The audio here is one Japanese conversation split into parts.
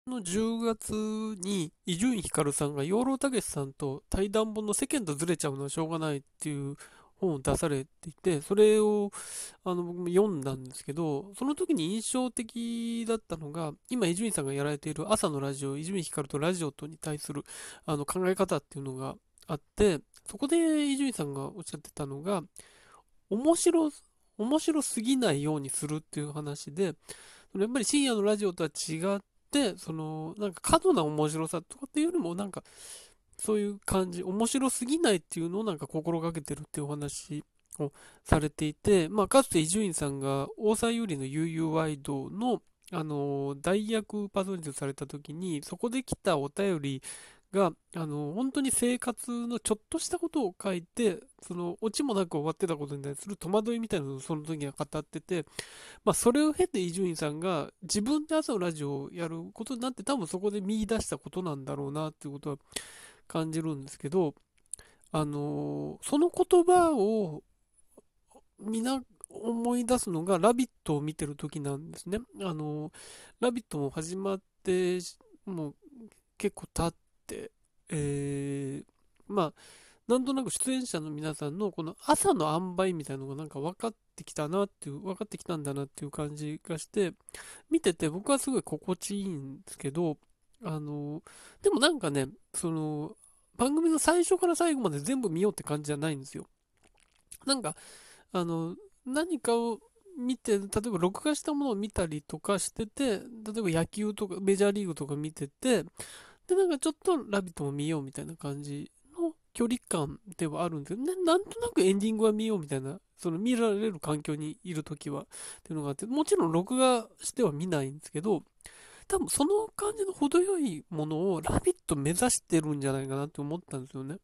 の10月に伊集院光さんが養老孟司さんと対談本の世間とずれちゃうのはしょうがないっていう本を出されていて、それを僕も読んだんですけど、その時に印象的だったのが、今伊集院さんがやられている朝のラジオ、伊集院光とラジオとに対する考え方っていうのがあって、そこで伊集院さんがおっしゃってたのが、面白、面白すぎないようにするっていう話で、やっぱり深夜のラジオとは違って、なんか過度な面白さとかっていうよりも、なんか、そういう感じ、面白すぎないっていうのをなんか心がけてるっていうお話をされていて、まあ、かつて伊集院さんが大沢優里の悠々ワイドの、代役パーソナリティをされた時に、そこで来たお便りが、本当に生活のちょっとしたことを書いて、オチもなく終わってたことに対する戸惑いみたいなのをその時には語ってて、まあ、それを経て伊集院さんが自分で朝のラジオをやることになって多分そこで見出したことなんだろうなっていうことは感じるんですけど、その言葉をみんな思い出すのがラビットを見てる時なんですね。ラビットも始まってもう結構経って、まあ、なんとなく出演者の皆さんのこの朝の塩梅みたいなのがなんか分かってきたなっていう、分かってきたんだなっていう感じがして、見てて僕はすごい心地いいんですけど、でもなんかね、番組の最初から最後まで全部見ようって感じじゃないんですよ。なんか、あの、何かを見て、例えば録画したものを見たりとかしてて、例えば野球とかメジャーリーグとか見てて、で、なんかちょっとラビットも見ようみたいな感じの距離感ではあるんですけど、なんとなくエンディングは見ようみたいな、その見られる環境にいるときはっていうのがあって、もちろん録画しては見ないんですけど、多分その感じの程よいものをラビット目指してるんじゃないかなって思ったんですよね。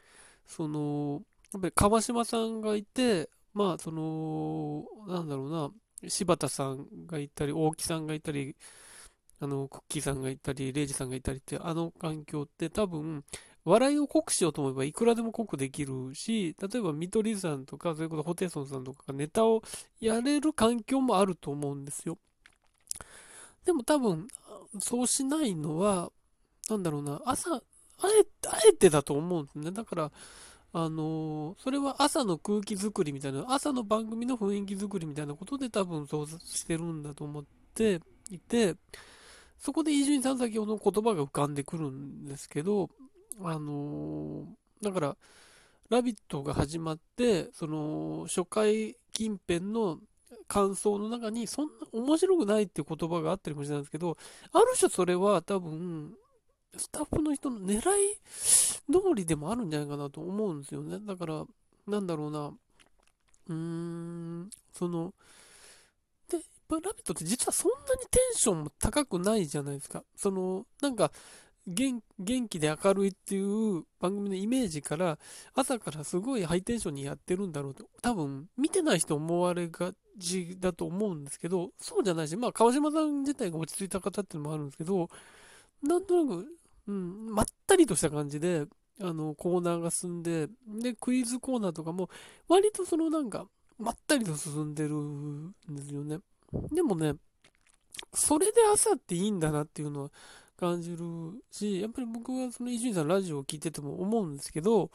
やっぱり川島さんがいて、まあ、なんだろうな、柴田さんがいたり、大木さんがいたり、クッキーさんがいたり、レイジさんがいたりって、あの環境って多分、笑いを濃くしようと思えばいくらでも濃くできるし、例えば見取り図さんとか、それこそホテイソンさんとかがネタをやれる環境もあると思うんですよ。でも多分、そうしないのは、なんだろうな、あえてだと思うんですね。だから、それは朝の空気作りみたいな、朝の番組の雰囲気作りみたいなことで多分そうしてるんだと思っていて、そこで伊集院さん先ほどの言葉が浮かんでくるんですけど、だから、ラビットが始まって、初回近辺の感想の中に、そんな面白くないっていう言葉があったりもしれないんですけど、ある種それは多分、スタッフの人の狙い通りでもあるんじゃないかなと思うんですよね。だから、なんだろうな、で、ラビットって実はそんなにテンションも高くないじゃないですか。なんか、元気で明るいっていう番組のイメージから、朝からすごいハイテンションにやってるんだろうと、多分、見てない人思われがちだと思うんですけど、そうじゃないし、まあ、川島さん自体が落ち着いた方っていうのもあるんですけど、なんとなく、まったりとした感じで、コーナーが進んで、で、クイズコーナーとかも、割となんか、まったりと進んでるんですよね。でもね、それで朝っていいんだなっていうのは感じるし、やっぱり僕はその伊集院さんのラジオを聞いてても思うんですけど、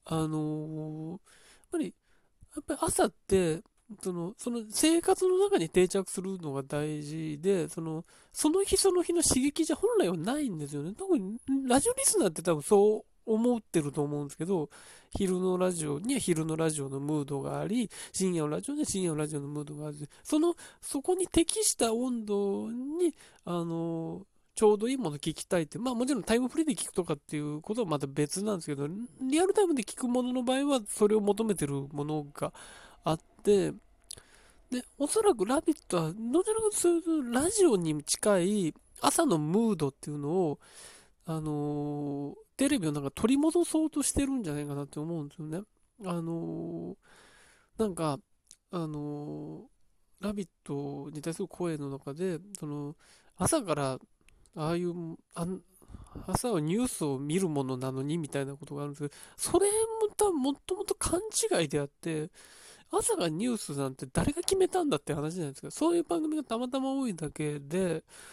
やっぱり、朝って、その生活の中に定着するのが大事で、その日その日の刺激じゃ本来はないんですよね。特にラジオリスナーって多分そう思ってると思うんですけど、昼のラジオには昼のラジオのムードがあり、深夜のラジオには深夜のラジオのムードがあり、そこに適した温度に、あの、ちょうどいいもの聞きたいって、まあもちろんタイムフリーで聞くとかっていうことはまた別なんですけど、リアルタイムで聞くものの場合はそれを求めてるものがあって、で、おそらくラビットは、どちらかというとラジオに近い朝のムードっていうのを、テレビをなんか取り戻そうとしてるんじゃないかなって思うんですよね。あのなんか、あのラビットに対する声の中で、朝からああいう、朝はニュースを見るものなのにみたいなことがあるんですけど、それも多分もともと勘違いであって、朝がニュースなんて誰が決めたんだって話じゃないですか。そういう番組がたまたま多いだけで、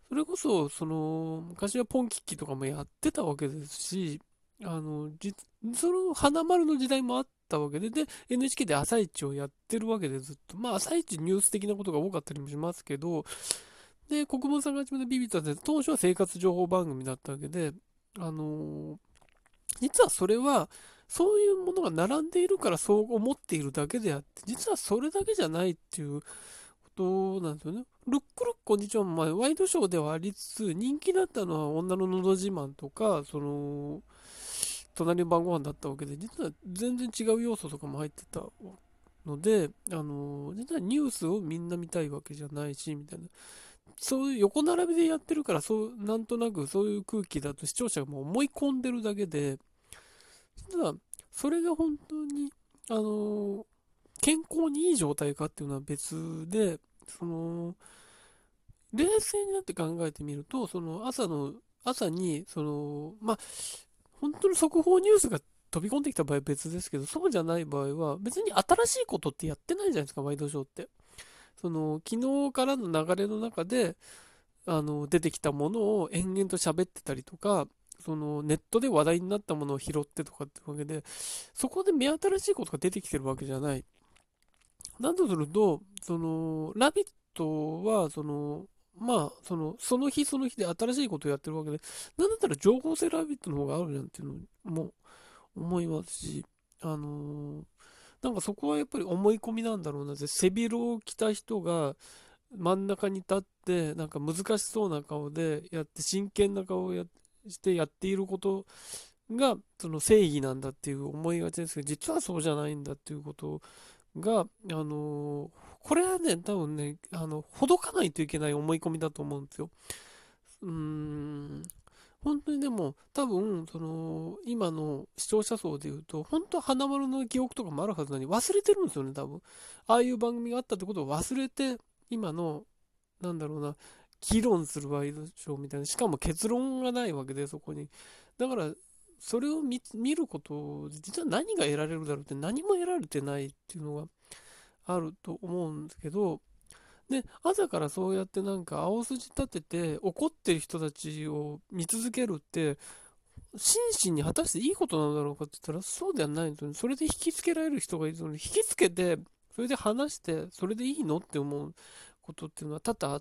それこそ、昔はポンキッキとかもやってたわけですし、その花丸の時代もあったわけで、NHK で朝一をやってるわけでずっと、まあ朝一ニュース的なことが多かったりもしますけど、で、国分さんが始めたビビットで、当初は生活情報番組だったわけで、あのー実はそれは、そういうものが並んでいるからそう思っているだけであって、実はそれだけじゃないっていうことなんですよね。ルックルックこんにちはも、まあ、ワイドショーではありつつ、人気だったのは女ののど自慢とか、隣の晩ご飯だったわけで、実は全然違う要素とかも入ってたので、実はニュースをみんな見たいわけじゃないし、みたいな。そういう横並びでやってるから、なんとなくそういう空気だと視聴者がもう思い込んでるだけで、実はそれが本当に、あの健康にいい状態かっていうのは別で、その、冷静になって考えてみると、朝に、まあ、本当に速報ニュースが飛び込んできた場合は別ですけど、そうじゃない場合は、別に新しいことってやってないじゃないですか、ワイドショーって。昨日からの流れの中で、出てきたものを延々と喋ってたりとか、ネットで話題になったものを拾ってとかってわけで、そこで目新しいことが出てきてるわけじゃない。なんとすると、ラビットは、まあ、その日その日で新しいことをやってるわけで、なんだったら情報性ラビットの方があるじゃんっていうのも思いますし、あのーなんかそこはやっぱり思い込みなんだろうなって、背広を着た人が真ん中に立って、なんか難しそうな顔でやって、真剣な顔をしてやっていることが、その正義なんだっていう思いがちですけど、実はそうじゃないんだっていうことが、これはね、多分ね、ほどかないといけない思い込みだと思うんですよ。うーん、本当にでも、多分、今の視聴者層で言うと、本当は花丸の記憶とかもあるはずなのに忘れてるんですよね、多分。ああいう番組があったってことを忘れて、今の、なんだろうな、議論するワイドショーみたいな、しかも結論がないわけで、そこに。だから、それを見ることで、実は何が得られるだろうって何も得られてないっていうのがあると思うんですけど、で、朝からそうやってなんか青筋立てて怒ってる人たちを見続けるって、心身に果たしていいことなんだろうかって言ったらそうではないんですよね。それで引きつけられる人がいるのに、引きつけて、それで話して、それでいいのって思うことっていうのは多々あって、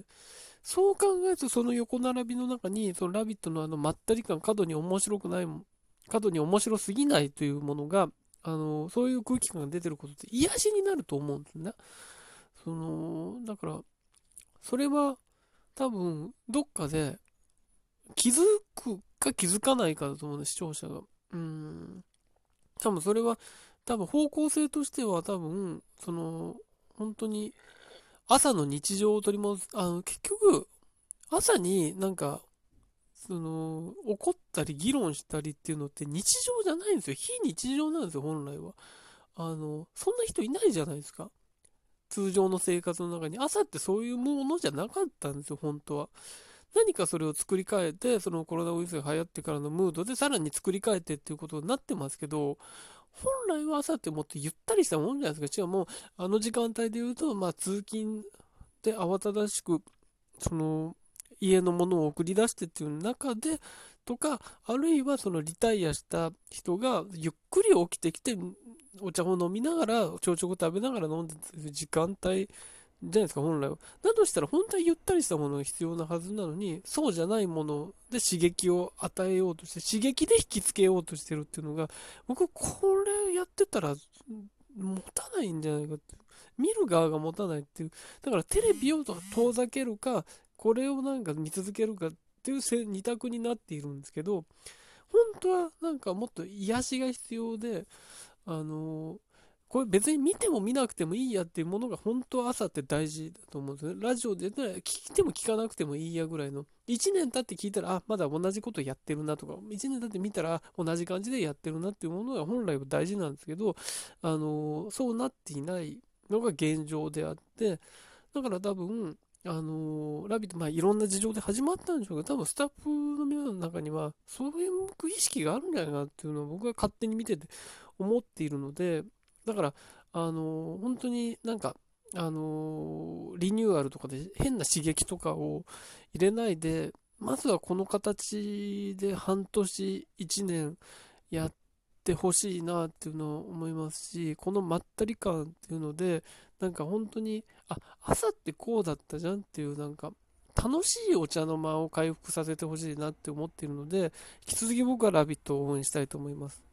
そう考えるとその横並びの中に、そのラビットのまったり感、過度に面白すぎないというものが、そういう空気感が出てることって癒しになると思うんですね。だから、それは多分、どっかで気づくか気づかないかだと思うんです、視聴者が。多分それは、多分方向性としては多分、本当に朝の日常を取り戻す、結局、朝になんか、怒ったり議論したりっていうのって日常じゃないんですよ。非日常なんですよ、本来は。そんな人いないじゃないですか。通常の生活の中に。朝ってそういうものじゃなかったんですよ、本当は。何かそれを作り変えて、そのコロナウイルスが流行ってからのムードでさらに作り変えてっていうことになってますけど、本来は朝ってもっとゆったりしたもんじゃないですか。しかも、あの時間帯で言うと、まあ通勤で慌ただしく、その、家のものを送り出してっていう中で、とか、あるいはそのリタイアした人がゆっくり起きてきて、お茶を飲みながら、朝食を食べながら飲んでる時間帯じゃないですか、本来は。だとしたら、本当はゆったりしたものが必要なはずなのに、そうじゃないもので刺激を与えようとして、刺激で引きつけようとしてるっていうのが、僕、これやってたら、持たないんじゃないかって。見る側が持たないっていう。だからテレビを遠ざけるか、これをなんか見続けるかっていう二択になっているんですけど、本当はなんかもっと癒しが必要で、あのこれ別に見ても見なくてもいいやっていうものが本当は朝って大事だと思うんですよね。ラジオで聞いても聞かなくてもいいやぐらいの。1年経って聞いたら、あ、まだ同じことやってるなとか、1年経って見たら同じ感じでやってるなっていうものが本来は大事なんですけど、そうなっていないのが現状であって、だから多分、ラビット、まあ、いろんな事情で始まったんでしょうけど、多分スタッフの皆さんの中には、そういう意識があるんじゃないかなっていうのを僕は勝手に見てて思っているので、だから、本当になんか、 リニューアルとかで変な刺激とかを入れないで、まずはこの形で半年、1年やってほしいなっていうのを思いますし、このまったり感っていうので、なんか本当に、あ、朝ってこうだったじゃんっていう、なんか、楽しいお茶の間を回復させてほしいなって思っているので、引き続き僕はラビットを応援したいと思います。